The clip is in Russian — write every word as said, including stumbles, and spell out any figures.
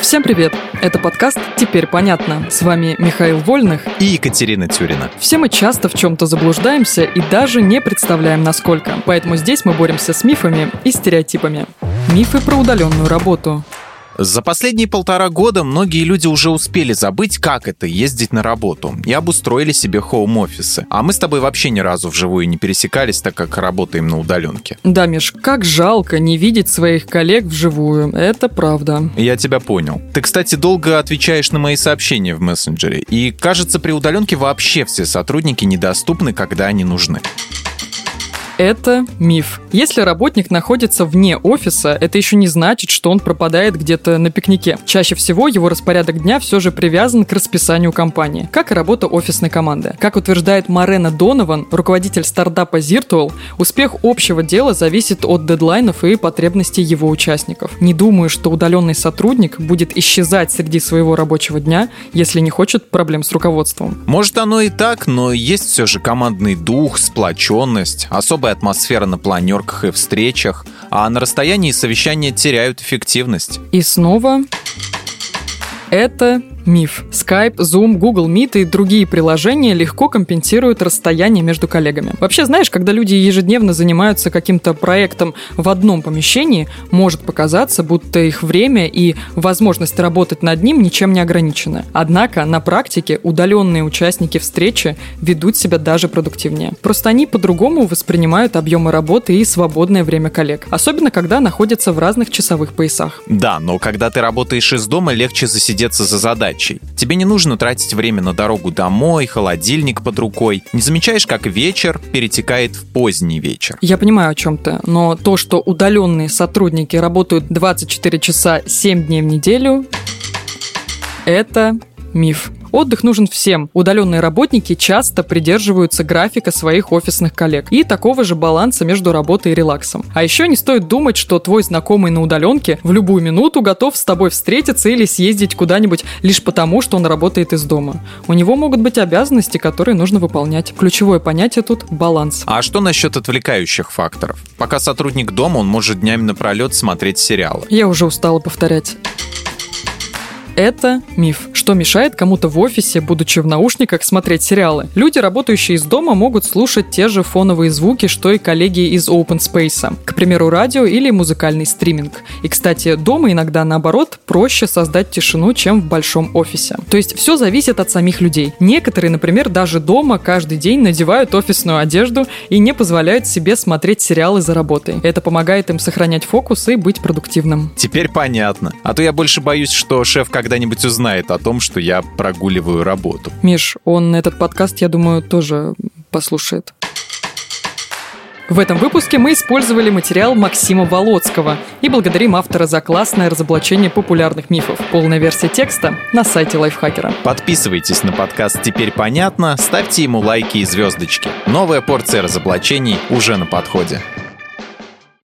Всем привет! Это подкаст «Теперь понятно». С вами Михаил Вольных и Екатерина Тюрина. Все мы часто в чем-то заблуждаемся и даже не представляем, насколько. Поэтому здесь мы боремся с мифами и стереотипами. Мифы про удаленную работу. За последние полтора года многие люди уже успели забыть, как это — ездить на работу, и обустроили себе хоум-офисы. А мы с тобой вообще ни разу вживую не пересекались, так как работаем на удаленке. Да, Миш, как жалко не видеть своих коллег вживую. Это правда. Я тебя понял. Ты, кстати, долго отвечаешь на мои сообщения в мессенджере, и, кажется, при удаленке вообще все сотрудники недоступны, когда они нужны. Это миф. Если работник находится вне офиса, это еще не значит, что он пропадает где-то на пикнике. Чаще всего его распорядок дня все же привязан к расписанию компании, как и работа офисной команды. Как утверждает Морена Донован, руководитель стартапа Zirtual, успех общего дела зависит от дедлайнов и потребностей его участников. Не думаю, что удаленный сотрудник будет исчезать среди своего рабочего дня, если не хочет проблем с руководством. Может, оно и так, но есть все же командный дух, сплоченность, особая атмосфера на планерках и встречах, а на расстоянии совещания теряют эффективность. И снова это миф. Skype, Zoom, Google Meet и другие приложения легко компенсируют расстояние между коллегами. Вообще, знаешь, когда люди ежедневно занимаются каким-то проектом в одном помещении, может показаться, будто их время и возможность работать над ним ничем не ограничены. Однако на практике удаленные участники встречи ведут себя даже продуктивнее. Просто они по-другому воспринимают объемы работы и свободное время коллег. Особенно, когда находятся в разных часовых поясах. Да, но когда ты работаешь из дома, легче засидеться за задачей. Тебе не нужно тратить время на дорогу домой, холодильник под рукой. Не замечаешь, как вечер перетекает в поздний вечер? Я понимаю, о чем ты, но то, что удаленные сотрудники работают двадцать четыре часа семь дней в неделю, это миф. Отдых нужен всем. Удаленные работники часто придерживаются графика своих офисных коллег и такого же баланса между работой и релаксом. А еще не стоит думать, что твой знакомый на удаленке в любую минуту готов с тобой встретиться или съездить куда-нибудь лишь потому, что он работает из дома. У него могут быть обязанности, которые нужно выполнять. Ключевое понятие тут – баланс. А что насчет отвлекающих факторов? Пока сотрудник дома, он может днями напролет смотреть сериалы. Я уже устала повторять. Это миф. Что мешает кому-то в офисе, будучи в наушниках, смотреть сериалы? Люди, работающие из дома, могут слушать те же фоновые звуки, что и коллеги из open space. К примеру, радио или музыкальный стриминг. И, кстати, дома иногда, наоборот, проще создать тишину, чем в большом офисе. То есть все зависит от самих людей. Некоторые, например, даже дома каждый день надевают офисную одежду и не позволяют себе смотреть сериалы за работой. Это помогает им сохранять фокус и быть продуктивным. Теперь понятно. А то я больше боюсь, что шеф когда-нибудь узнает о том, что я прогуливаю работу. Миш, он этот подкаст, я думаю, тоже послушает. В этом выпуске мы использовали материал Максима Володского и благодарим автора за классное разоблачение популярных мифов. Полная версия текста на сайте Лайфхакера. Подписывайтесь на подкаст «Теперь понятно», ставьте ему лайки и звездочки. Новая порция разоблачений уже на подходе.